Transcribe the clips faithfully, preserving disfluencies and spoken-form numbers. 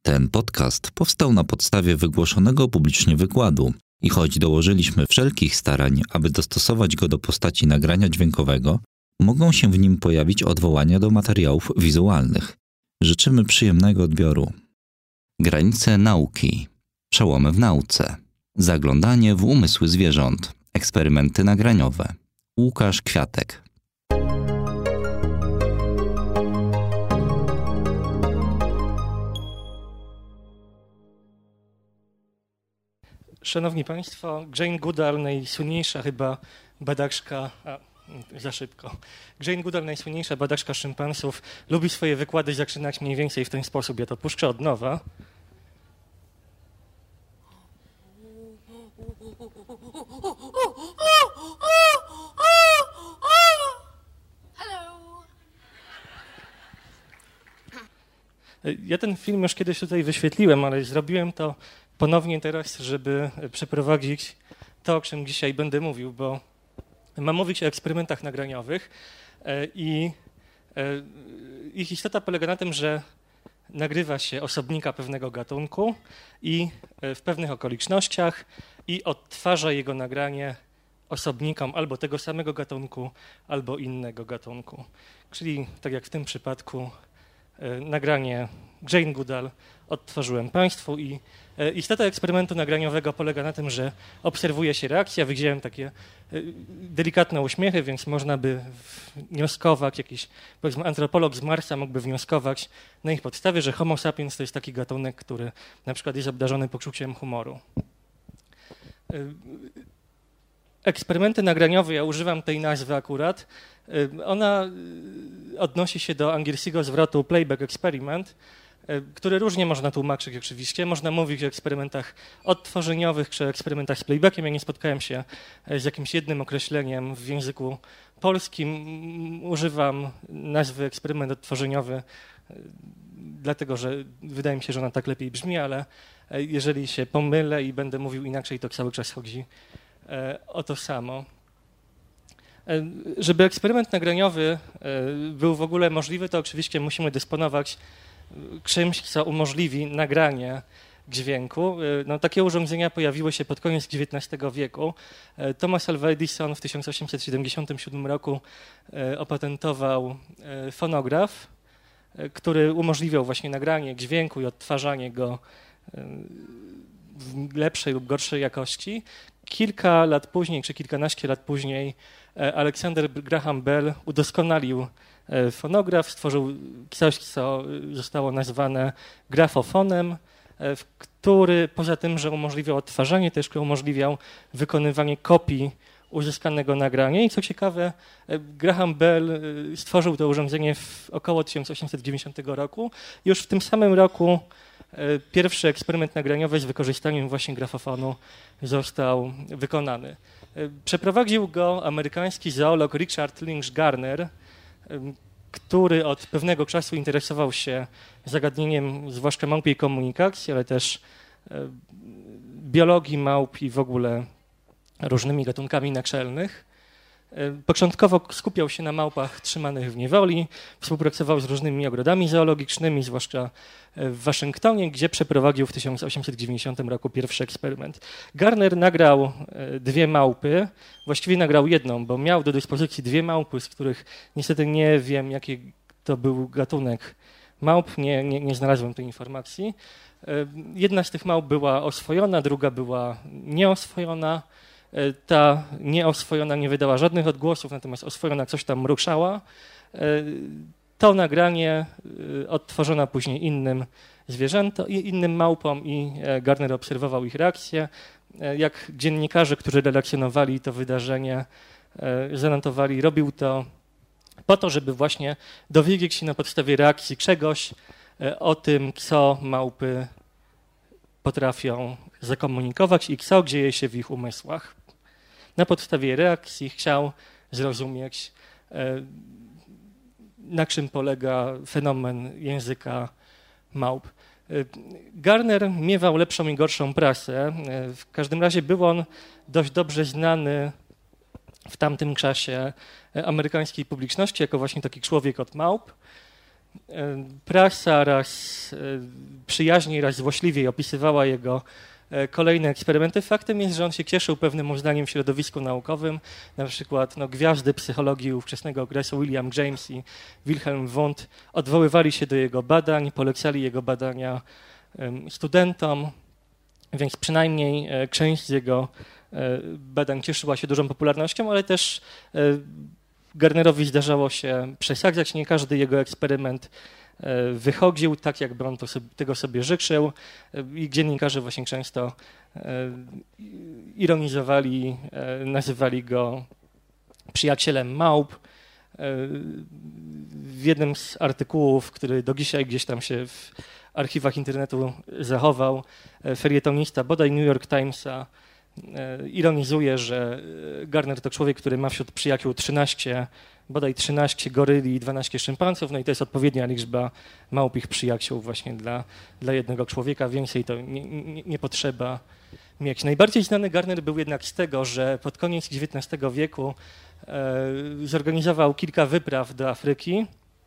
Ten podcast powstał na podstawie wygłoszonego publicznie wykładu i choć dołożyliśmy wszelkich starań, aby dostosować go do postaci nagrania dźwiękowego, mogą się w nim pojawić odwołania do materiałów wizualnych. Życzymy przyjemnego odbioru. Granice nauki. Przełomy w nauce. Zaglądanie w umysły zwierząt. Eksperymenty nagraniowe. Łukasz Kwiatek. Szanowni Państwo, Jane Goodall, najsłynniejsza chyba badaczka, a, za szybko. Jane Goodall, najsłynniejsza badaczka szympansów, lubi swoje wykłady zaczynać mniej więcej w ten sposób. Ja to puszczę od nowa. Ja ten film już kiedyś tutaj wyświetliłem, ale zrobiłem to ponownie teraz, żeby przeprowadzić to, o czym dzisiaj będę mówił, bo mam mówić o eksperymentach nagraniowych i ich istota polega na tym, że nagrywa się osobnika pewnego gatunku i w pewnych okolicznościach i odtwarza jego nagranie osobnikom albo tego samego gatunku, albo innego gatunku. Czyli tak jak w tym przypadku nagranie Jane Goodall odtworzyłem Państwu i istota eksperymentu nagraniowego polega na tym, że obserwuje się reakcja. Widziałem takie delikatne uśmiechy, więc można by wnioskować, jakiś powiedzmy antropolog z Marsa mógłby wnioskować na ich podstawie, że Homo sapiens to jest taki gatunek, który na przykład jest obdarzony poczuciem humoru. Eksperymenty nagraniowe, ja używam tej nazwy akurat, ona odnosi się do angielskiego zwrotu playback experiment, który różnie można tłumaczyć oczywiście. Można mówić o eksperymentach odtworzeniowych czy eksperymentach z playbackiem. Ja nie spotkałem się z jakimś jednym określeniem w języku polskim. Używam nazwy eksperyment odtworzeniowy, dlatego że wydaje mi się, że ona tak lepiej brzmi, ale jeżeli się pomylę i będę mówił inaczej, to cały czas chodzi o to samo. Żeby eksperyment nagraniowy był w ogóle możliwy, to oczywiście musimy dysponować czymś, co umożliwi nagranie dźwięku. No, takie urządzenia pojawiły się pod koniec dziewiętnastego wieku. Thomas Alva Edison w tysiąc osiemset siedemdziesiątym siódmym roku opatentował fonograf, który umożliwiał właśnie nagranie dźwięku i odtwarzanie go w lepszej lub gorszej jakości. Kilka lat później, czy kilkanaście lat później Alexander Graham Bell udoskonalił fonograf, stworzył coś, co zostało nazwane grafofonem, który poza tym, że umożliwiał odtwarzanie, też umożliwiał wykonywanie kopii uzyskanego nagrania. I co ciekawe, Graham Bell stworzył to urządzenie w około tysiąc osiemset dziewięćdziesiątego roku. Już w tym samym roku pierwszy eksperyment nagraniowy z wykorzystaniem właśnie grafofonu został wykonany. Przeprowadził go amerykański zoolog Richard Lynch Garner, który od pewnego czasu interesował się zagadnieniem zwłaszcza małpiej komunikacji, ale też biologii małp i w ogóle różnymi gatunkami naczelnych. Początkowo skupiał się na małpach trzymanych w niewoli, współpracował z różnymi ogrodami zoologicznymi, zwłaszcza w Waszyngtonie, gdzie przeprowadził w tysiąc osiemset dziewięćdziesiątym roku pierwszy eksperyment. Garner nagrał dwie małpy, właściwie nagrał jedną, bo miał do dyspozycji dwie małpy, z których niestety nie wiem, jaki to był gatunek małp, nie, nie, nie znalazłem tej informacji. Jedna z tych małp była oswojona, druga była nieoswojona. Ta nieoswojona nie wydała żadnych odgłosów, natomiast oswojona coś tam mruczała. To nagranie odtworzono później innym zwierzętom, innym małpom i Garner obserwował ich reakcje. Jak dziennikarze, którzy relacjonowali to wydarzenie, zanotowali, robił to po to, żeby właśnie dowiedzieć się na podstawie reakcji czegoś o tym, co małpy potrafią zakomunikować i co dzieje się w ich umysłach. Na podstawie reakcji chciał zrozumieć, na czym polega fenomen języka małp. Garner miewał lepszą i gorszą prasę. W każdym razie był on dość dobrze znany w tamtym czasie amerykańskiej publiczności jako właśnie taki człowiek od małp. Prasa raz przyjaźniej, raz złośliwiej opisywała jego kolejne eksperymenty. Faktem jest, że on się cieszył pewnym uznaniem w środowisku naukowym. Na przykład no, gwiazdy psychologii ówczesnego okresu William James i Wilhelm Wundt odwoływali się do jego badań, polecali jego badania studentom, więc przynajmniej część z jego badań cieszyła się dużą popularnością, ale też Garnerowi zdarzało się przesadzać. Nie każdy jego eksperyment wychodził tak, jakby on to sobie, tego sobie życzył i dziennikarze właśnie często ironizowali, nazywali go przyjacielem małp. W jednym z artykułów, który do dzisiaj gdzieś tam się w archiwach internetu zachował, felietonista bodaj New York Timesa ironizuje, że Garner to człowiek, który ma wśród przyjaciół trzynaście, bodaj trzynaście goryli i dwanaście szympansów, no i to jest odpowiednia liczba małpich przyjaciół właśnie dla, dla jednego człowieka. Więcej to nie, nie, nie potrzeba mieć. Najbardziej znany Garner był jednak z tego, że pod koniec dziewiętnastego wieku e, zorganizował kilka wypraw do Afryki,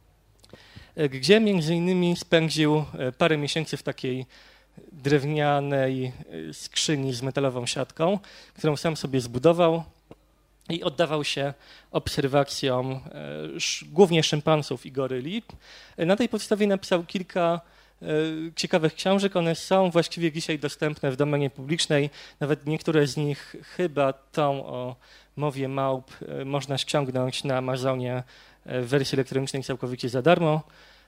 e, gdzie między innymi spędził parę miesięcy w takiej drewnianej skrzyni z metalową siatką, którą sam sobie zbudował i oddawał się obserwacjom głównie szympansów i goryli. Na tej podstawie napisał kilka ciekawych książek. One są właściwie dzisiaj dostępne w domenie publicznej. Nawet niektóre z nich, chyba tą o mowie małp, można ściągnąć na Amazonie w wersji elektronicznej całkowicie za darmo.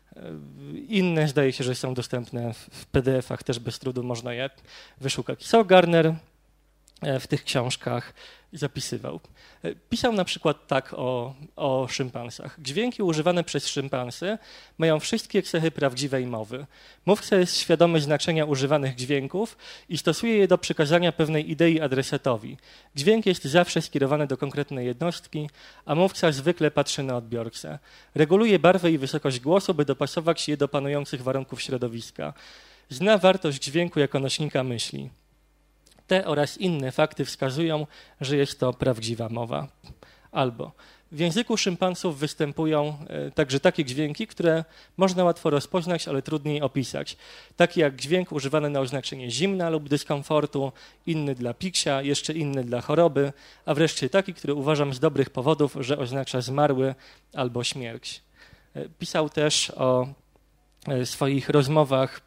Inne zdaje się, że są dostępne w P D F-ach, też bez trudu można je wyszukać. Co Garner w tych książkach zapisywał? Pisał na przykład tak o, o szympansach. Dźwięki używane przez szympansy mają wszystkie cechy prawdziwej mowy. Mówca jest świadomy znaczenia używanych dźwięków i stosuje je do przekazania pewnej idei adresatowi. Dźwięk jest zawsze skierowany do konkretnej jednostki, a mówca zwykle patrzy na odbiorcę. Reguluje barwę i wysokość głosu, by dopasować je do panujących warunków środowiska. Zna wartość dźwięku jako nośnika myśli. Te oraz inne fakty wskazują, że jest to prawdziwa mowa. Albo w języku szympansów występują także takie dźwięki, które można łatwo rozpoznać, ale trudniej opisać. Takie jak dźwięk używany na oznaczenie zimna lub dyskomfortu, inny dla piksia, jeszcze inny dla choroby, a wreszcie taki, który uważam z dobrych powodów, że oznacza zmarły albo śmierć. Pisał też o swoich rozmowach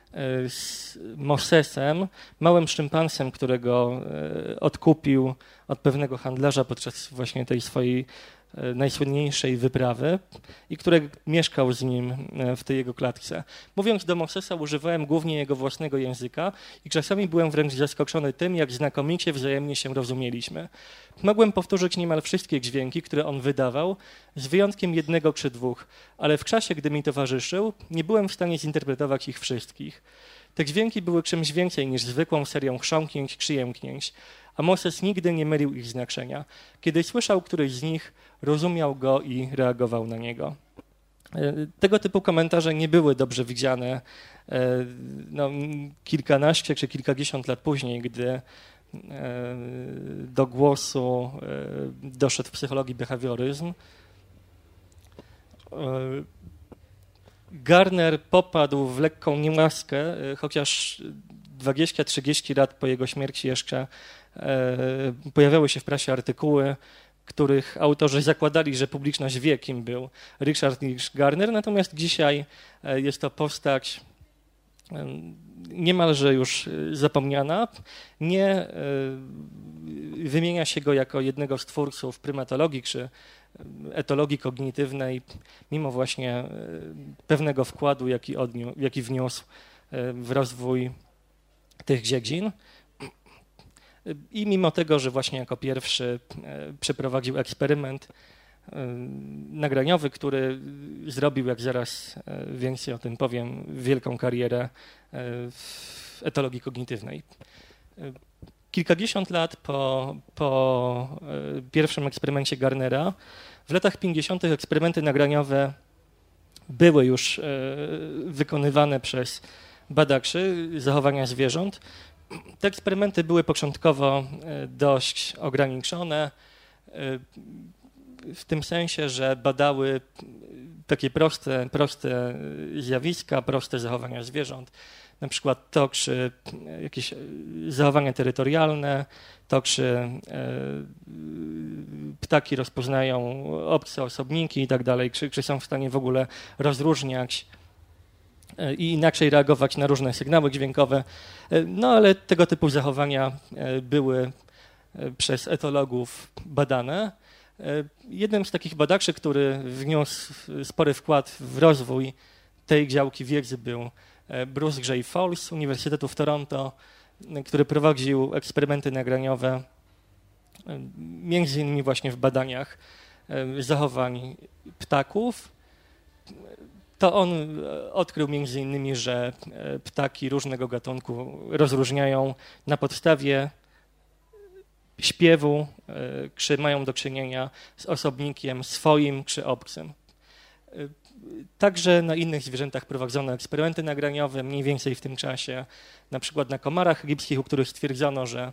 z Mosesem, małym szympansem, którego odkupił od pewnego handlarza podczas właśnie tej swojej najsłynniejszej wyprawy i który mieszkał z nim w tej jego klatce. Mówiąc do Mosesa, używałem głównie jego własnego języka i czasami byłem wręcz zaskoczony tym, jak znakomicie wzajemnie się rozumieliśmy. Mogłem powtórzyć niemal wszystkie dźwięki, które on wydawał, z wyjątkiem jednego czy dwóch, ale w czasie, gdy mi towarzyszył, nie byłem w stanie zinterpretować ich wszystkich. Te dźwięki były czymś więcej niż zwykłą serią chrząknięć, przyjemknięć, a Moses nigdy nie mylił ich znaczenia. Kiedy słyszał któryś z nich, rozumiał go i reagował na niego. Tego typu komentarze nie były dobrze widziane no, kilkanaście czy kilkadziesiąt lat później, gdy do głosu doszedł w psychologii behawioryzm. Garner popadł w lekką niełaskę, chociaż dwadzieścia trzydzieści lat po jego śmierci jeszcze pojawiały się w prasie artykuły, których autorzy zakładali, że publiczność wie, kim był Richard Nish Garner, natomiast dzisiaj jest to postać niemalże już zapomniana. Nie wymienia się go jako jednego z twórców prymatologii czy etologii kognitywnej, mimo właśnie pewnego wkładu, jaki, odniósł, jaki wniósł w rozwój tych dziedzin. I mimo tego, że właśnie jako pierwszy przeprowadził eksperyment nagraniowy, który zrobił, jak zaraz więcej o tym powiem, wielką karierę w etologii kognitywnej. Kilkadziesiąt lat po, po pierwszym eksperymencie Garnera, w latach pięćdziesiątych eksperymenty nagraniowe były już wykonywane przez badaczy zachowania zwierząt. Te eksperymenty były początkowo dość ograniczone, w tym sensie, że badały takie proste, proste zjawiska, proste zachowania zwierząt. Na przykład to, czy jakieś zachowania terytorialne, to, czy ptaki rozpoznają obce osobniki i tak dalej, czy, czy są w stanie w ogóle rozróżniać i inaczej reagować na różne sygnały dźwiękowe. No ale tego typu zachowania były przez etologów badane. Jednym z takich badaczy, który wniósł spory wkład w rozwój tej działki wiedzy, był Bruce J. Falls z Uniwersytetu w Toronto, który prowadził eksperymenty nagraniowe, między innymi właśnie w badaniach zachowań ptaków. To on odkrył między innymi, że ptaki różnego gatunku rozróżniają na podstawie śpiewu, czy mają do czynienia z osobnikiem swoim czy obcym. Także na innych zwierzętach prowadzono eksperymenty nagraniowe mniej więcej w tym czasie, na przykład na komarach egipskich, u których stwierdzono, że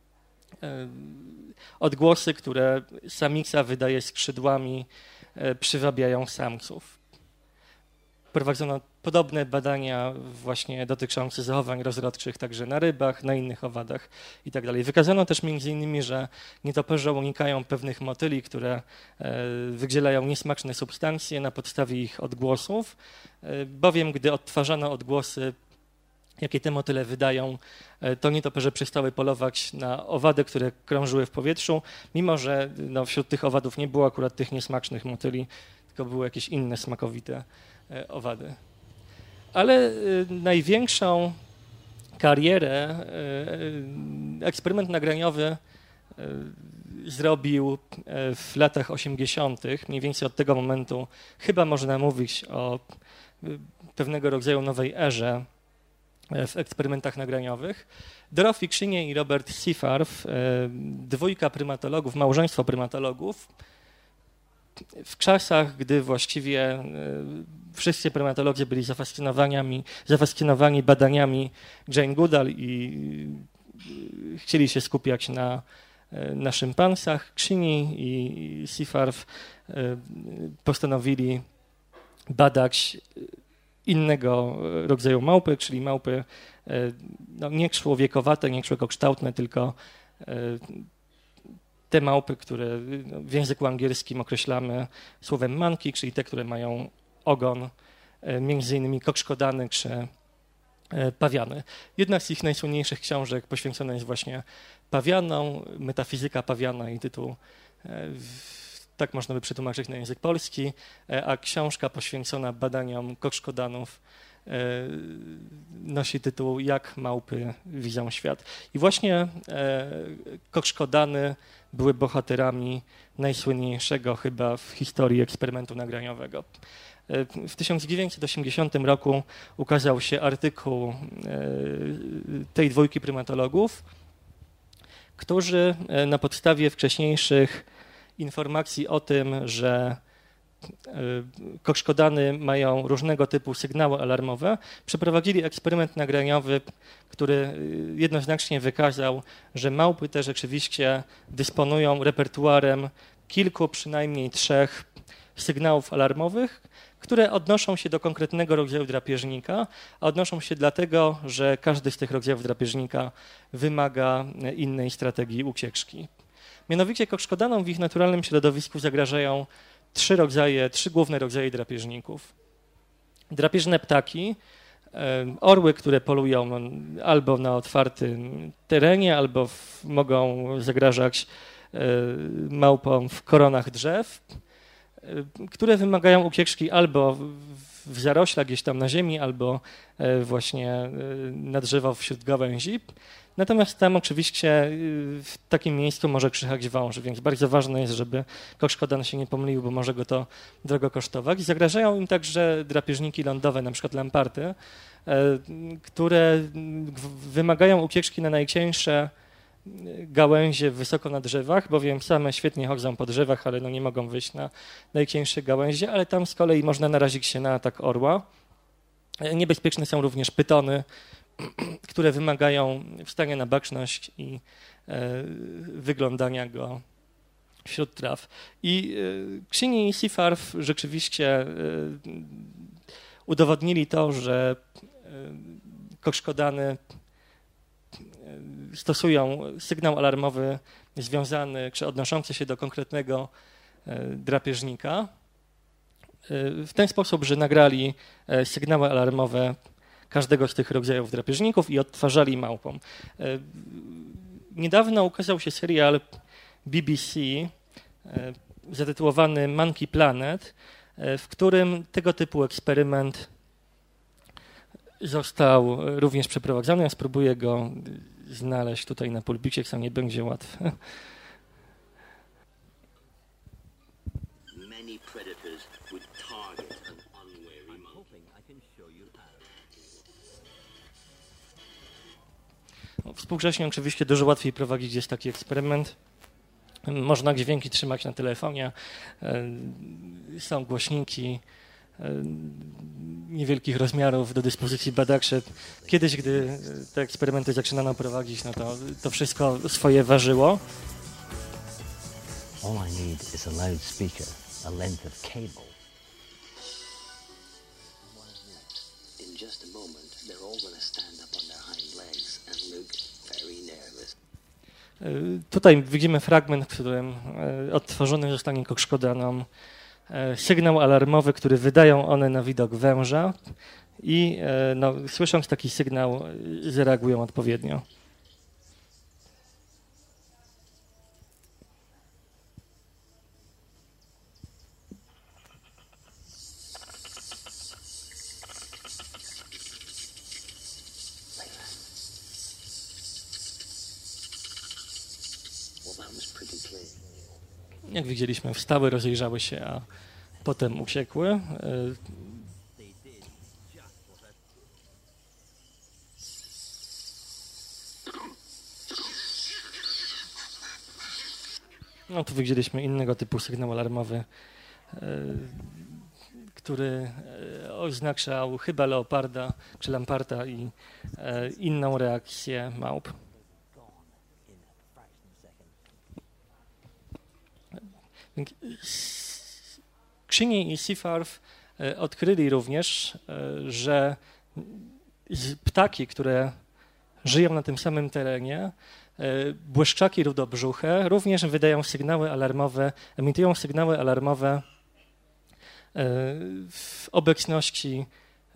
odgłosy, które samica wydaje skrzydłami, przywabiają samców. Prowadzono podobne badania właśnie dotyczące zachowań rozrodczych także na rybach, na innych owadach itd. Wykazano też między innymi, że nietoperze unikają pewnych motyli, które wydzielają niesmaczne substancje na podstawie ich odgłosów, bowiem gdy odtwarzano odgłosy, jakie te motyle wydają, to nietoperze przestały polować na owady, które krążyły w powietrzu, mimo że no, wśród tych owadów nie było akurat tych niesmacznych motyli, tylko były jakieś inne smakowite owady. Ale największą karierę eksperyment nagraniowy zrobił w latach osiemdziesiątych. Mniej więcej od tego momentu chyba można mówić o pewnego rodzaju nowej erze w eksperymentach nagraniowych. Dorothy Kszynie i Robert Seafarth, dwójka prymatologów, małżeństwo prymatologów, w czasach, gdy właściwie wszyscy prymatolodzy byli zafascynowani, zafascynowani badaniami Jane Goodall i chcieli się skupiać na, na szympansach, Kszyni i Seafarth postanowili badać innego rodzaju małpy, czyli małpy no, nie człowiekowate, nie człowiekokształtne, tylko te małpy, które w języku angielskim określamy słowem monkey, czyli te, które mają ogon, między innymi kokszkodany czy pawiany. Jedna z ich najsłynniejszych książek poświęcona jest właśnie pawianom, Metafizyka pawiana i tytuł, tak można by przetłumaczyć na język polski, a książka poświęcona badaniom kokszkodanów nosi tytuł Jak małpy widzą świat. I właśnie kokszkodany były bohaterami najsłynniejszego chyba w historii eksperymentu nagraniowego. W tysiąc dziewięćset osiemdziesiątym roku ukazał się artykuł tej dwójki prymatologów, którzy na podstawie wcześniejszych informacji o tym, że kokszkodany mają różnego typu sygnały alarmowe, przeprowadzili eksperyment nagraniowy, który jednoznacznie wykazał, że małpy te rzeczywiście dysponują repertuarem kilku, przynajmniej trzech sygnałów alarmowych, które odnoszą się do konkretnego rodzaju drapieżnika, a odnoszą się dlatego, że każdy z tych rodzajów drapieżnika wymaga innej strategii ucieczki. Mianowicie kokszkodanom w ich naturalnym środowisku zagrażają trzy rodzaje, trzy główne rodzaje drapieżników. Drapieżne ptaki, orły, które polują albo na otwartym terenie, albo w, mogą zagrażać małpom w koronach drzew, które wymagają ucieczki albo w zaroślach gdzieś tam na ziemi, albo właśnie na drzewo wśród gałęzi. Natomiast tam oczywiście w takim miejscu może czyhać wąż, więc bardzo ważne jest, żeby kokszkodan się nie pomylił, bo może go to drogo kosztować. Zagrażają im także drapieżniki lądowe, na przykład lamparty, które wymagają ucieczki na najcieńsze gałęzie wysoko na drzewach, bowiem same świetnie chodzą po drzewach, ale no nie mogą wyjść na najcieńsze gałęzie, ale tam z kolei można narazić się na atak orła. Niebezpieczne są również pytony, które wymagają wstania na baczność i wyglądania go wśród traw. I Ksini i Seyfarth rzeczywiście udowodnili to, że kokszkodany stosują sygnał alarmowy związany czy odnoszący się do konkretnego drapieżnika w ten sposób, że nagrali sygnały alarmowe każdego z tych rodzajów drapieżników i odtwarzali małpom. Niedawno ukazał się serial B B C zatytułowany Monkey Planet, w którym tego typu eksperyment został również przeprowadzony. Ja spróbuję go znaleźć tutaj na pulpicie, co nie będzie łatwe. Współcześnie oczywiście dużo łatwiej prowadzić jest taki eksperyment. Można dźwięki trzymać na telefonie, są głośniki niewielkich rozmiarów do dyspozycji badaczy. Kiedyś, gdy te eksperymenty zaczynano prowadzić, no to, to wszystko swoje ważyło. All I need is a loudspeaker, a length of cable. In just a moment, they're all going to stand up on their hind legs and look very nervous. Tutaj widzimy fragment, w którym odtworzony zostanie kokszkodanom sygnał alarmowy, który wydają one na widok węża i no, słysząc taki sygnał zareagują odpowiednio. Jak widzieliśmy, wstały, rozejrzały się, a potem uciekły. No tu widzieliśmy innego typu sygnał alarmowy, który oznaczał chyba leoparda czy lamparta i inną reakcję małp. Ksini i Seyfarth odkryli również, że ptaki, które żyją na tym samym terenie, błyszczaki rudobrzuche, również wydają sygnały alarmowe, emitują sygnały alarmowe w obecności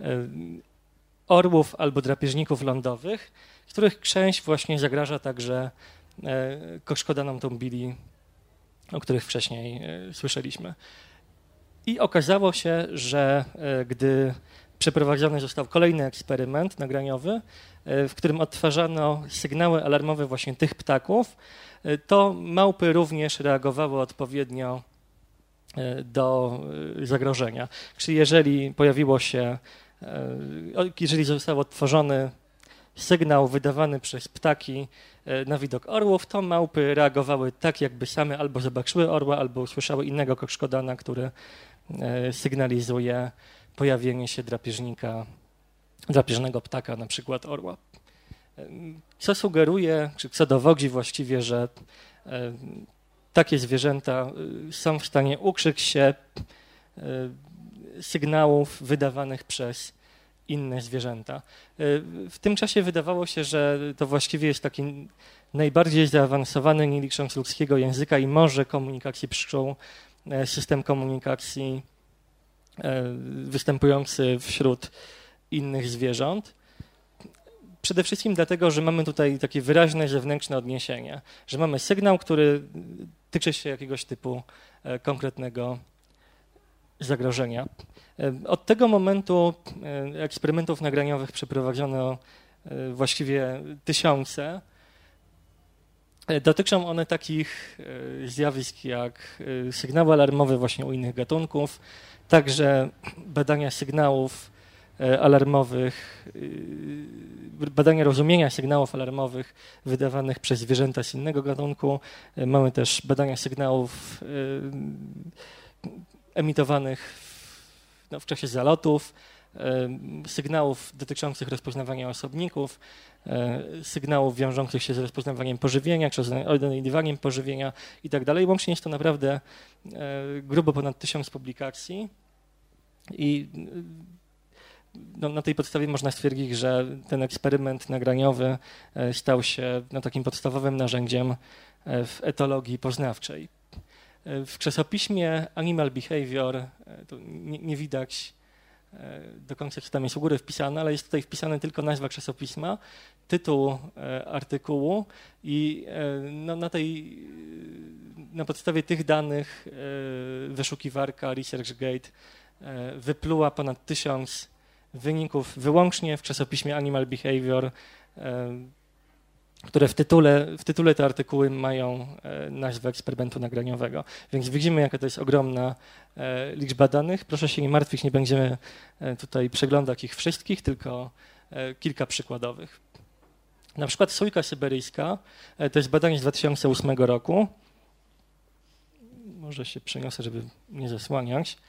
orłów albo drapieżników lądowych, których część właśnie zagraża także kokszkodanom tombili, o których wcześniej słyszeliśmy. I okazało się, że gdy przeprowadzony został kolejny eksperyment nagraniowy, w którym odtwarzano sygnały alarmowe właśnie tych ptaków, to małpy również reagowały odpowiednio do zagrożenia. Czyli jeżeli pojawiło się, jeżeli został odtworzony sygnał wydawany przez ptaki na widok orłów, to małpy reagowały tak, jakby same albo zobaczyły orła, albo usłyszały innego kokszkodana, który sygnalizuje pojawienie się drapieżnika, drapieżnego ptaka, na przykład orła. Co sugeruje, czy co dowodzi właściwie, że takie zwierzęta są w stanie ukryć się sygnałów wydawanych przez inne zwierzęta. W tym czasie wydawało się, że to właściwie jest taki najbardziej zaawansowany, nie licząc ludzkiego języka i morze komunikacji pszczół, system komunikacji występujący wśród innych zwierząt. Przede wszystkim dlatego, że mamy tutaj takie wyraźne zewnętrzne odniesienie, że mamy sygnał, który tyczy się jakiegoś typu konkretnego zagrożenia. Od tego momentu eksperymentów nagraniowych przeprowadzono właściwie tysiące. Dotyczą one takich zjawisk jak sygnały alarmowe właśnie u innych gatunków, także badania sygnałów alarmowych, badania rozumienia sygnałów alarmowych wydawanych przez zwierzęta z innego gatunku. Mamy też badania sygnałów emitowanych w, no, w czasie zalotów, sygnałów dotyczących rozpoznawania osobników, sygnałów wiążących się z rozpoznawaniem pożywienia, czy z odnajdywaniem pożywienia i tak dalej. Łącznie jest to naprawdę grubo ponad tysiąc publikacji i no, na tej podstawie można stwierdzić, że ten eksperyment nagraniowy stał się no, takim podstawowym narzędziem w etologii poznawczej. W czasopiśmie Animal Behavior, to nie, nie widać do końca, co tam jest u góry wpisane, ale jest tutaj wpisana tylko nazwa czasopisma, tytuł artykułu i no, na, tej, na podstawie tych danych wyszukiwarka ResearchGate wypluła ponad tysiąc wyników wyłącznie w czasopiśmie Animal Behavior, które w tytule, w tytule te artykuły mają nazwę eksperymentu nagraniowego. Więc widzimy, jaka to jest ogromna liczba danych. Proszę się nie martwić, nie będziemy tutaj przeglądać ich wszystkich, tylko kilka przykładowych. Na przykład sójka syberyjska, to jest badanie z dwa tysiące ósmego roku. Może się przeniosę, żeby nie zasłaniać.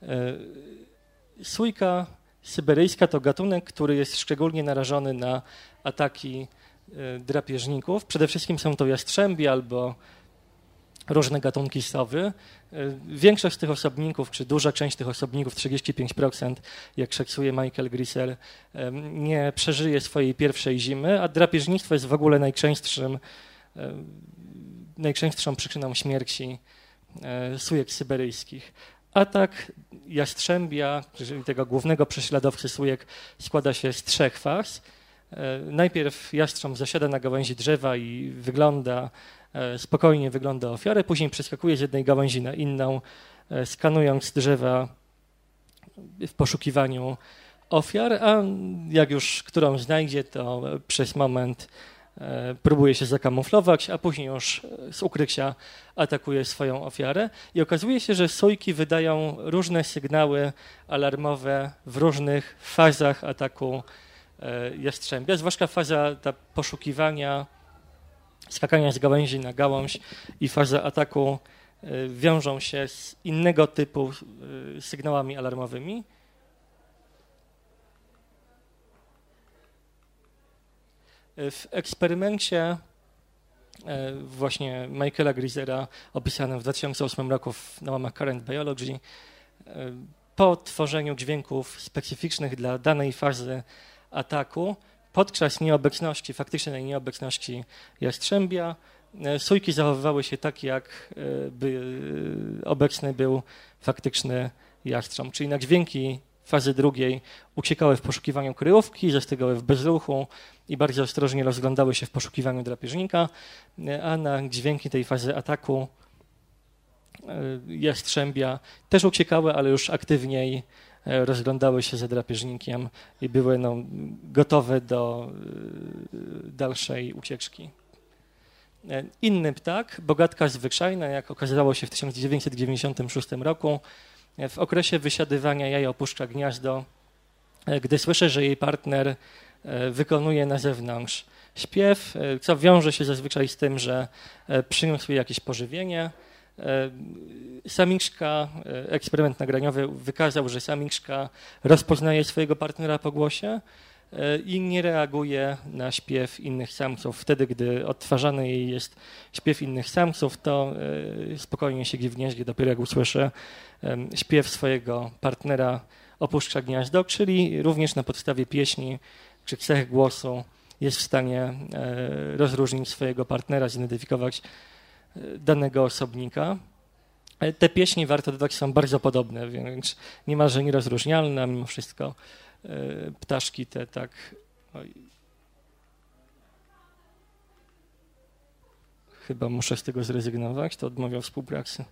Sójka syberyjska to gatunek, który jest szczególnie narażony na ataki drapieżników. Przede wszystkim są to jastrzębie albo różne gatunki sowy. Większość z tych osobników, czy duża część tych osobników, trzydzieści pięć procent, jak szacuje Michael Grisel, nie przeżyje swojej pierwszej zimy, a drapieżnictwo jest w ogóle najczęstszym, najczęstszą przyczyną śmierci sójek syberyjskich. Atak jastrzębia, czyli tego głównego prześladowcy sójek, składa się z trzech faz. Najpierw jastrząb zasiada na gałęzi drzewa i wygląda, spokojnie wygląda ofiarę, później przeskakuje z jednej gałęzi na inną, skanując drzewa w poszukiwaniu ofiar, a jak już którą znajdzie, to przez moment próbuje się zakamuflować, a później już z ukrycia atakuje swoją ofiarę. I okazuje się, że sójki wydają różne sygnały alarmowe w różnych fazach ataku jastrzębia, zwłaszcza faza ta poszukiwania, skakania z gałęzi na gałąź i faza ataku wiążą się z innego typu sygnałami alarmowymi. W eksperymencie właśnie Michaela Grisera opisanym w dwa tysiące ósmym roku na łamach Current Biology, po tworzeniu dźwięków specyficznych dla danej fazy ataku, podczas nieobecności, faktycznej nieobecności jastrzębia, sójki zachowywały się tak, jak by obecny był faktyczny jastrząb. Czyli na dźwięki fazy drugiej uciekały w poszukiwaniu kryjówki, zastygały w bezruchu i bardzo ostrożnie rozglądały się w poszukiwaniu drapieżnika, a na dźwięki tej fazy ataku jastrzębia też uciekały, ale już aktywniej rozglądały się za drapieżnikiem i były no, gotowe do dalszej ucieczki. Inny ptak, bogatka zwyczajna, jak okazało się w tysiąc dziewięćset dziewięćdziesiątym szóstym roku, w okresie wysiadywania jaja opuszcza gniazdo, gdy słyszy, że jej partner wykonuje na zewnątrz śpiew, co wiąże się zazwyczaj z tym, że przyniósł jej jakieś pożywienie. Samiczka, eksperyment nagraniowy wykazał, że samiczka rozpoznaje swojego partnera po głosie i nie reaguje na śpiew innych samców. Wtedy, gdy odtwarzany jej jest śpiew innych samców, to spokojnie siedzi w gnieździe, dopiero jak usłyszy śpiew swojego partnera, opuszcza gniazdo, czyli również na podstawie pieśni czy cech głosu jest w stanie rozróżnić swojego partnera, zidentyfikować danego osobnika. Te pieśni, warto dodać, są bardzo podobne, więc niemalże nierozróżnialne, a mimo wszystko ptaszki te tak... Oj. Chyba muszę z tego zrezygnować, to odmawiam współpracy.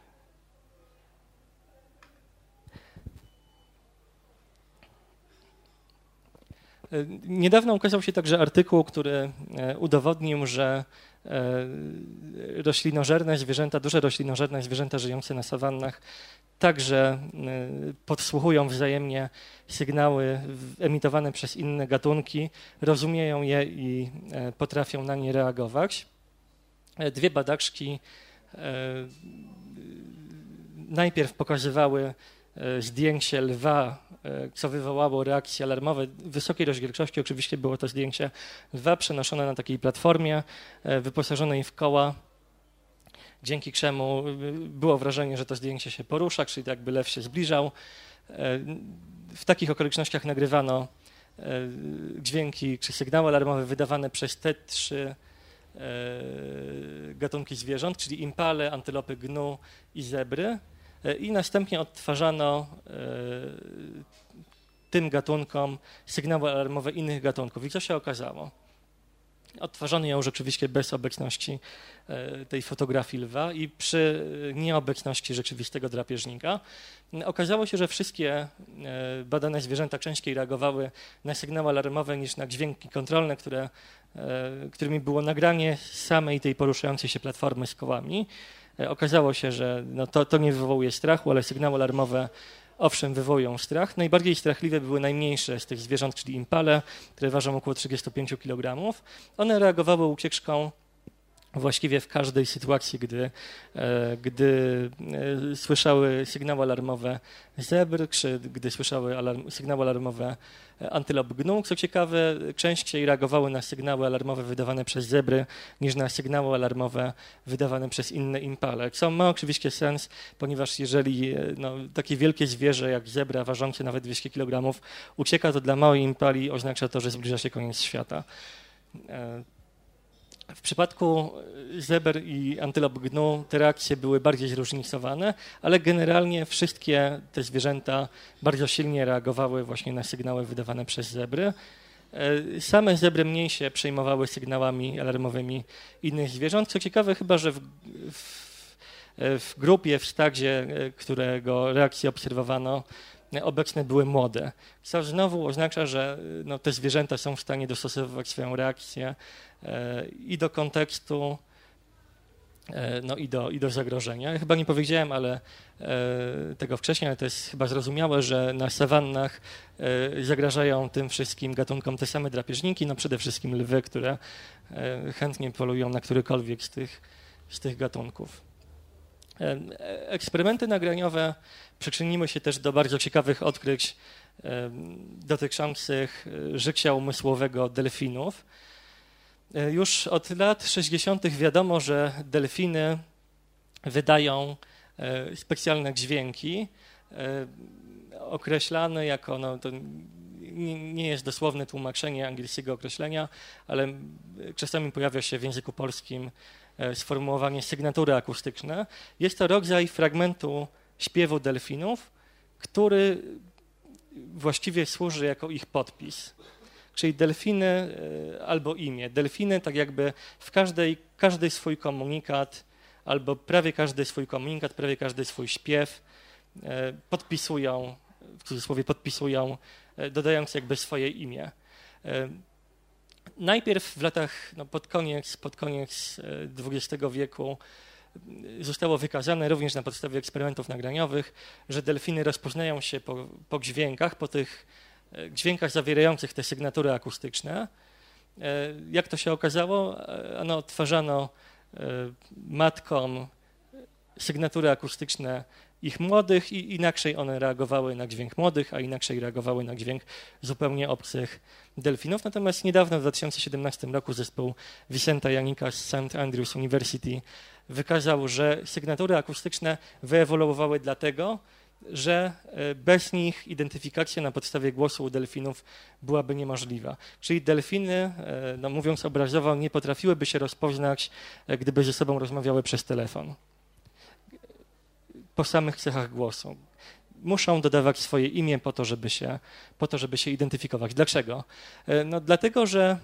Niedawno ukazał się także artykuł, który udowodnił, że roślinożerne zwierzęta, duże roślinożerne zwierzęta żyjące na sawannach także podsłuchują wzajemnie sygnały emitowane przez inne gatunki, rozumieją je i potrafią na nie reagować. Dwie badaczki najpierw pokazywały zdjęcie lwa, co wywołało reakcje alarmowe wysokiej rozdzielczości. Oczywiście było to zdjęcie lwa przenoszone na takiej platformie wyposażonej w koła, dzięki czemu było wrażenie, że to zdjęcie się porusza, czyli jakby lew się zbliżał. W takich okolicznościach nagrywano dźwięki czy sygnały alarmowe wydawane przez te trzy gatunki zwierząt, czyli impale, antylopy, gnu i zebry, i następnie odtwarzano tym gatunkom sygnały alarmowe innych gatunków. I co się okazało? Odtwarzano ją rzeczywiście bez obecności tej fotografii lwa i przy nieobecności rzeczywistego drapieżnika. Okazało się, że wszystkie badane zwierzęta częściej reagowały na sygnały alarmowe niż na dźwięki kontrolne, które, którymi było nagranie samej tej poruszającej się platformy z kołami. Okazało się, że no to, to nie wywołuje strachu, ale sygnały alarmowe owszem wywołują strach. Najbardziej strachliwe były najmniejsze z tych zwierząt, czyli impale, które ważą około trzydzieści pięć kilogramów. One reagowały ucieczką właściwie w każdej sytuacji, gdy, gdy słyszały sygnały alarmowe zebr, czy gdy słyszały alarm, sygnały alarmowe antylop gnu. Co ciekawe, częściej reagowały na sygnały alarmowe wydawane przez zebry niż na sygnały alarmowe wydawane przez inne impale. Co ma oczywiście sens, ponieważ jeżeli no, takie wielkie zwierzę jak zebra ważące nawet dwieście kilogramów ucieka, to dla małej impali oznacza to, że zbliża się koniec świata. W przypadku zeber i antylop gnu te reakcje były bardziej zróżnicowane, ale generalnie wszystkie te zwierzęta bardzo silnie reagowały właśnie na sygnały wydawane przez zebry. Same zebry mniej się przejmowały sygnałami alarmowymi innych zwierząt. Co ciekawe, chyba że w, w, w grupie, w stadzie, którego reakcje obserwowano, obecne były młode, co znowu oznacza, że no, te zwierzęta są w stanie dostosowywać swoją reakcję e, i do kontekstu, e, no, i, do, i do zagrożenia. Ja chyba nie powiedziałem ale e, tego wcześniej, ale to jest chyba zrozumiałe, że na sawannach e, zagrażają tym wszystkim gatunkom te same drapieżniki, no przede wszystkim lwy, które e, chętnie polują na którykolwiek z tych, z tych gatunków. Eksperymenty nagraniowe przyczyniły się też do bardzo ciekawych odkryć dotyczących życia umysłowego delfinów. Już od lat sześćdziesiątych wiadomo, że delfiny wydają specjalne dźwięki, określane jako, no to nie jest dosłowne tłumaczenie angielskiego określenia, ale czasami pojawia się w języku polskim sformułowanie sygnatury akustyczne. Jest to rodzaj fragmentu śpiewu delfinów, który właściwie służy jako ich podpis. Czyli delfiny albo imię. Delfiny tak jakby w każdej, każdy swój komunikat albo prawie każdy swój komunikat, prawie każdy swój śpiew podpisują, w cudzysłowie podpisują, dodając jakby swoje imię. Najpierw w latach, no pod koniec, pod koniec dwudziestego wieku zostało wykazane również na podstawie eksperymentów nagraniowych, że delfiny rozpoznają się po, po dźwiękach, po tych dźwiękach zawierających te sygnatury akustyczne. Jak to się okazało? Ano, odtwarzano matkom sygnatury akustyczne ich młodych i inaczej one reagowały na dźwięk młodych, a inaczej reagowały na dźwięk zupełnie obcych delfinów. Natomiast niedawno, w dwa tysiące siedemnastym roku, zespół Vicenta Janika z Saint Andrews University wykazał, że sygnatury akustyczne wyewoluowały dlatego, że bez nich identyfikacja na podstawie głosu u delfinów byłaby niemożliwa. Czyli delfiny, no mówiąc obrazowo, nie potrafiłyby się rozpoznać, gdyby ze sobą rozmawiały przez telefon. Po samych cechach głosu. Muszą dodawać swoje imię po to, żeby się, po to, żeby się identyfikować. Dlaczego? No dlatego, że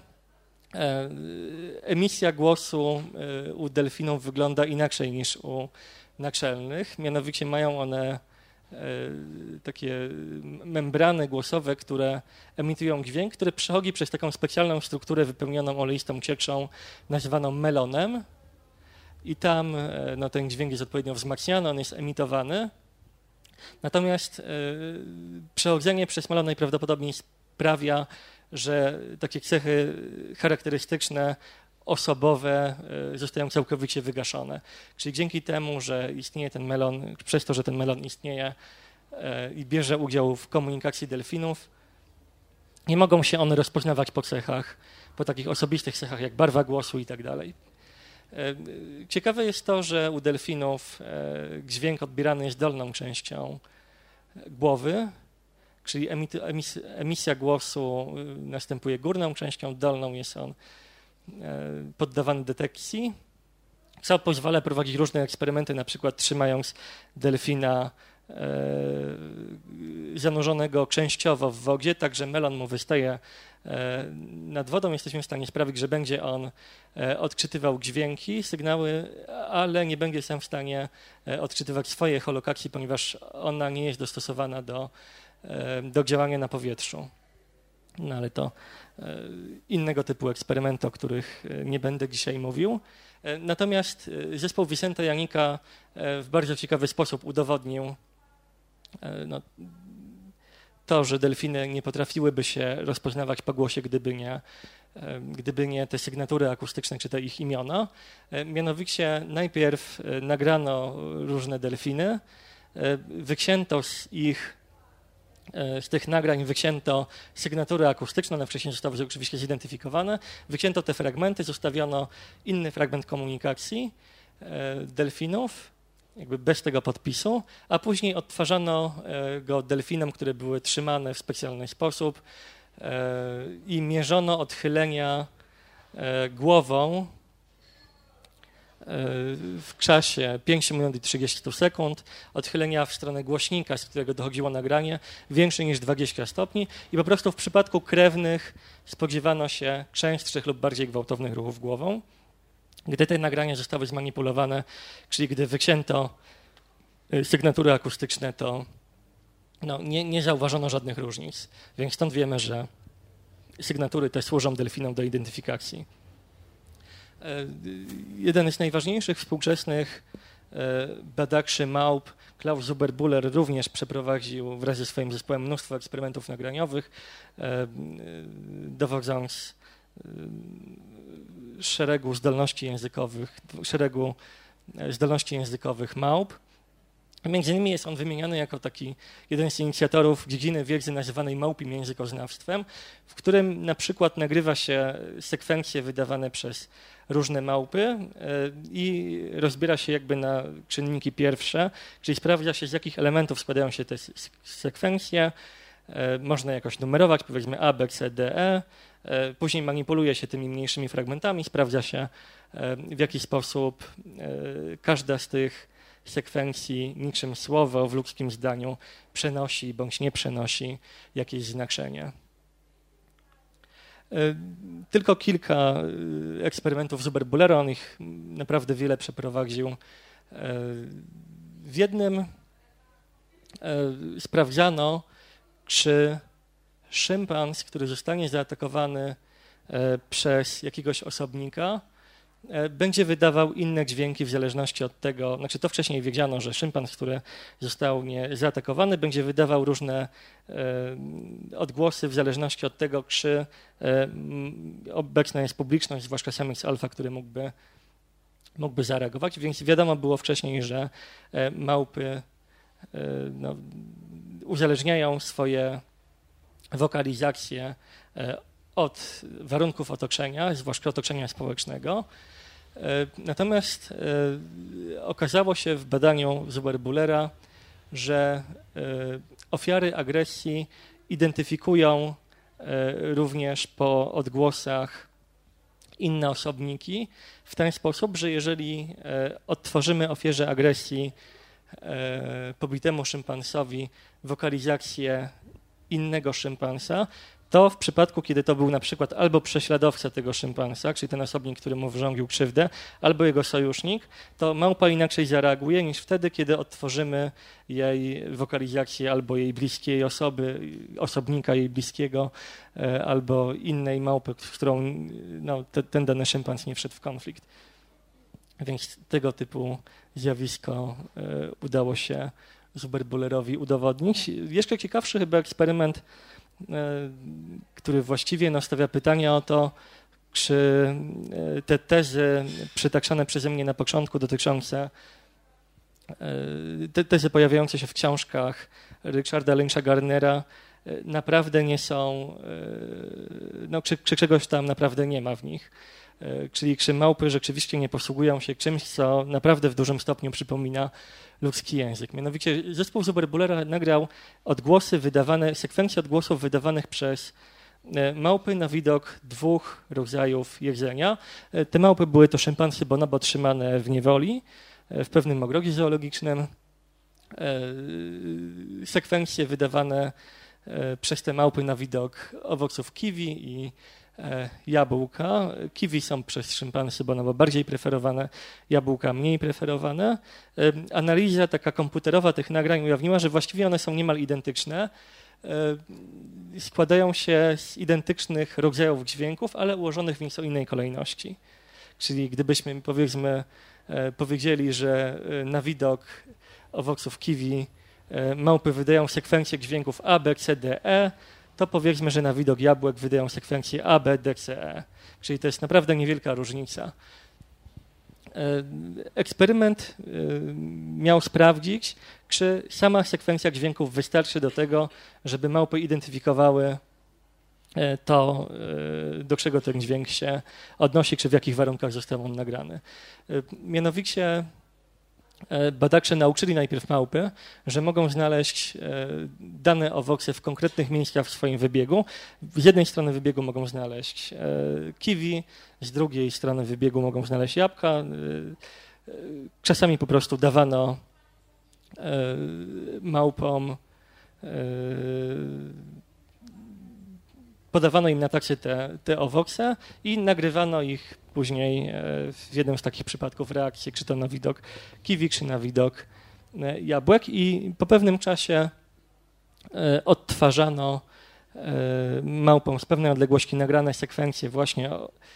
emisja głosu u delfinów wygląda inaczej niż u naczelnych. Mianowicie mają one takie membrany głosowe, które emitują dźwięk, który przechodzi przez taką specjalną strukturę wypełnioną oleistą cieczą nazywaną melonem. I tam no, ten dźwięk jest odpowiednio wzmacniany, on jest emitowany. Natomiast y, przechodzenie przez melon najprawdopodobniej sprawia, że takie cechy charakterystyczne, osobowe y, zostają całkowicie wygaszone. Czyli dzięki temu, że istnieje ten melon, przez to, że ten melon istnieje, i bierze udział w komunikacji delfinów. Nie mogą się one rozpoznawać po cechach, po takich osobistych cechach jak barwa głosu i tak dalej. Ciekawe jest to, że u delfinów dźwięk odbierany jest dolną częścią głowy, czyli emisja głosu następuje górną częścią, dolną jest on poddawany detekcji, co pozwala prowadzić różne eksperymenty, na przykład trzymając delfina zanurzonego częściowo w wodzie, tak że melon mu wystaje nad wodą. Jesteśmy w stanie sprawić, że będzie on odczytywał dźwięki, sygnały, ale nie będzie sam w stanie odczytywać swojej echolokacji, ponieważ ona nie jest dostosowana do, do działania na powietrzu. No ale to innego typu eksperymenty, o których nie będę dzisiaj mówił. Natomiast zespół Vicenta Janika w bardzo ciekawy sposób udowodnił no, to, że delfiny nie potrafiłyby się rozpoznawać po głosie, gdyby nie, gdyby nie te sygnatury akustyczne czy te ich imiona. Mianowicie najpierw nagrano różne delfiny, wycięto z ich Z tych nagrań wycięto sygnatury akustyczne, one wcześniej zostały oczywiście zidentyfikowane, wycięto te fragmenty, zostawiono inny fragment komunikacji delfinów, jakby bez tego podpisu, a później odtwarzano go delfinom, które były trzymane w specjalny sposób i mierzono odchylenia głową w czasie pięć minut i trzydzieści sekund, odchylenia w stronę głośnika, z którego dochodziło nagranie, większe niż dwadzieścia stopni i po prostu w przypadku krewnych spodziewano się częstszych lub bardziej gwałtownych ruchów głową. Gdy te nagrania zostały zmanipulowane, czyli gdy wycięto sygnatury akustyczne, to no, nie, nie zauważono żadnych różnic, więc stąd wiemy, że sygnatury te służą delfinom do identyfikacji. Jeden z najważniejszych współczesnych badaczy małp, Klaus Zuber-Buller, również przeprowadził wraz ze swoim zespołem mnóstwo eksperymentów nagraniowych, dowodząc szeregu zdolności językowych, szeregu zdolności językowych małp. Między innymi jest on wymieniany jako taki jeden z inicjatorów dziedziny wiedzy nazywanej małpim językoznawstwem, w którym na przykład nagrywa się sekwencje wydawane przez różne małpy i rozbiera się jakby na czynniki pierwsze, czyli sprawdza się, z jakich elementów składają się te sekwencje. Można jakoś numerować, powiedzmy A, B, C, D, E. Później manipuluje się tymi mniejszymi fragmentami, sprawdza się, w jaki sposób każda z tych sekwencji, niczym słowo w ludzkim zdaniu, przenosi bądź nie przenosi jakieś znaczenie. Tylko kilka eksperymentów Zuber-Bullera, on ich naprawdę wiele przeprowadził. W jednym sprawdzano, czy szympans, który zostanie zaatakowany przez jakiegoś osobnika, będzie wydawał inne dźwięki w zależności od tego, znaczy to wcześniej wiedziano, że szympans, który został nie zaatakowany, będzie wydawał różne e, odgłosy w zależności od tego, czy e, obecna jest publiczność, zwłaszcza samiec alfa, który mógłby, mógłby zareagować, więc wiadomo było wcześniej, że e, małpy e, no, uzależniają swoje wokalizacje e, od warunków otoczenia, zwłaszcza otoczenia społecznego. Natomiast okazało się w badaniu Zuber-Bullera, że ofiary agresji identyfikują również po odgłosach inne osobniki w ten sposób, że jeżeli odtworzymy ofierze agresji pobitemu szympansowi wokalizację innego szympansa, to w przypadku, kiedy to był na przykład albo prześladowca tego szympansa, czyli ten osobnik, który mu wyrządził krzywdę, albo jego sojusznik, to małpa inaczej zareaguje niż wtedy, kiedy odtworzymy jej wokalizację albo jej bliskiej osoby, osobnika jej bliskiego, albo innej małpy, z którą no, te, ten dany szympans nie wszedł w konflikt. Więc tego typu zjawisko udało się Zuber-Bullerowi udowodnić. Jeszcze ciekawszy chyba eksperyment, który właściwie no, stawia pytanie o to, czy te tezy przytaczane przeze mnie na początku dotyczące te tezy pojawiające się w książkach Richarda Lyncha Garnera naprawdę nie są, no, czy, czy czegoś tam naprawdę nie ma w nich. Czyli czy małpy rzeczywiście nie posługują się czymś, co naprawdę w dużym stopniu przypomina ludzki język. Mianowicie zespół Zuberbulera nagrał odgłosy wydawane, sekwencje odgłosów wydawanych przez małpy na widok dwóch rodzajów jedzenia. Te małpy były to szympansy bonobo trzymane w niewoli w pewnym ogrodzie zoologicznym. Sekwencje wydawane przez te małpy na widok owoców kiwi i jabłka. Kiwi są przez szympansy bonobo bardziej preferowane, jabłka mniej preferowane. Analiza taka komputerowa tych nagrań ujawniła, że właściwie one są niemal identyczne. Składają się z identycznych rodzajów dźwięków, ale ułożonych w nieco innej kolejności. Czyli gdybyśmy, powiedzmy, powiedzieli, że na widok owoców kiwi małpy wydają sekwencję dźwięków A, B, C, D, E, to powiedzmy, że na widok jabłek wydają sekwencję A, B, D, C, E. Czyli to jest naprawdę niewielka różnica. Eksperyment miał sprawdzić, czy sama sekwencja dźwięków wystarczy do tego, żeby małpy identyfikowały to, do czego ten dźwięk się odnosi, czy w jakich warunkach został on nagrany. Mianowicie badacze nauczyli najpierw małpy, że mogą znaleźć dane owoce w konkretnych miejscach w swoim wybiegu. Z jednej strony wybiegu mogą znaleźć kiwi, z drugiej strony wybiegu mogą znaleźć jabłka. Czasami po prostu dawano małpom, podawano im na tacy te, te owoce i nagrywano ich później w jednym z takich przypadków reakcji, czy to na widok kiwi, czy na widok jabłek. I po pewnym czasie odtwarzano małpom z pewnej odległości nagrane sekwencje właśnie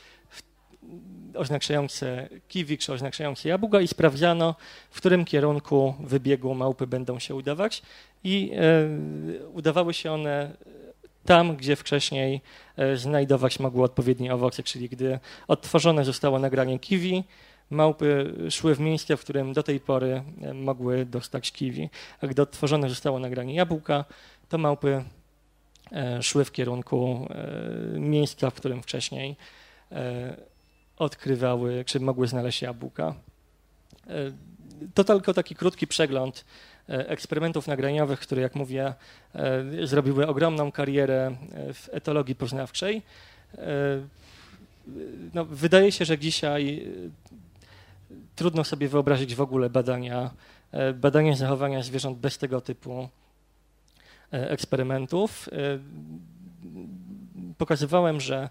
oznaczające kiwi, czy oznaczające jabłka i sprawdzano, w którym kierunku wybiegu małpy będą się udawać. I udawały się one tam, gdzie wcześniej znajdować mogły odpowiednie owoce, czyli gdy odtworzone zostało nagranie kiwi, małpy szły w miejsce, w którym do tej pory mogły dostać kiwi. A gdy odtworzone zostało nagranie jabłka, to małpy szły w kierunku miejsca, w którym wcześniej odkrywały, czy mogły znaleźć jabłka. To tylko taki krótki przegląd eksperymentów nagraniowych, które, jak mówię, zrobiły ogromną karierę w etologii poznawczej. No, wydaje się, że dzisiaj trudno sobie wyobrazić w ogóle badania, badania zachowania zwierząt bez tego typu eksperymentów. Pokazywałem, że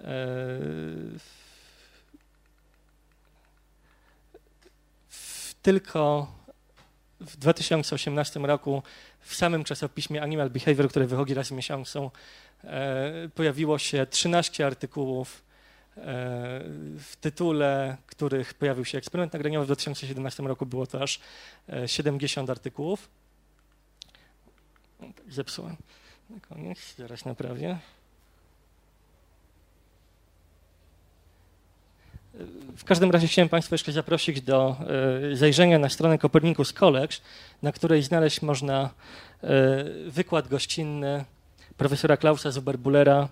w, tylko w dwa tysiące osiemnastym roku w samym czasopiśmie Animal Behavior, które wychodzi raz w miesiącu, pojawiło się trzynaście artykułów w tytule, w których pojawił się eksperyment nagraniowy. W dwa tysiące siedemnastym roku było to aż siedemdziesiąt artykułów. Zepsułem. Na koniec, zaraz naprawię. W każdym razie chciałem Państwa jeszcze zaprosić do zajrzenia na stronę Copernicus College, na której znaleźć można wykład gościnny profesora Klausa Zuberbullera,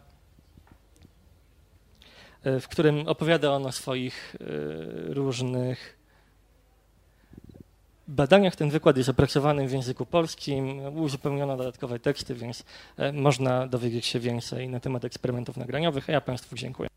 w którym opowiada on o swoich różnych badaniach. Ten wykład jest opracowany w języku polskim, uzupełniono dodatkowe teksty, więc można dowiedzieć się więcej na temat eksperymentów nagraniowych, a ja Państwu dziękuję.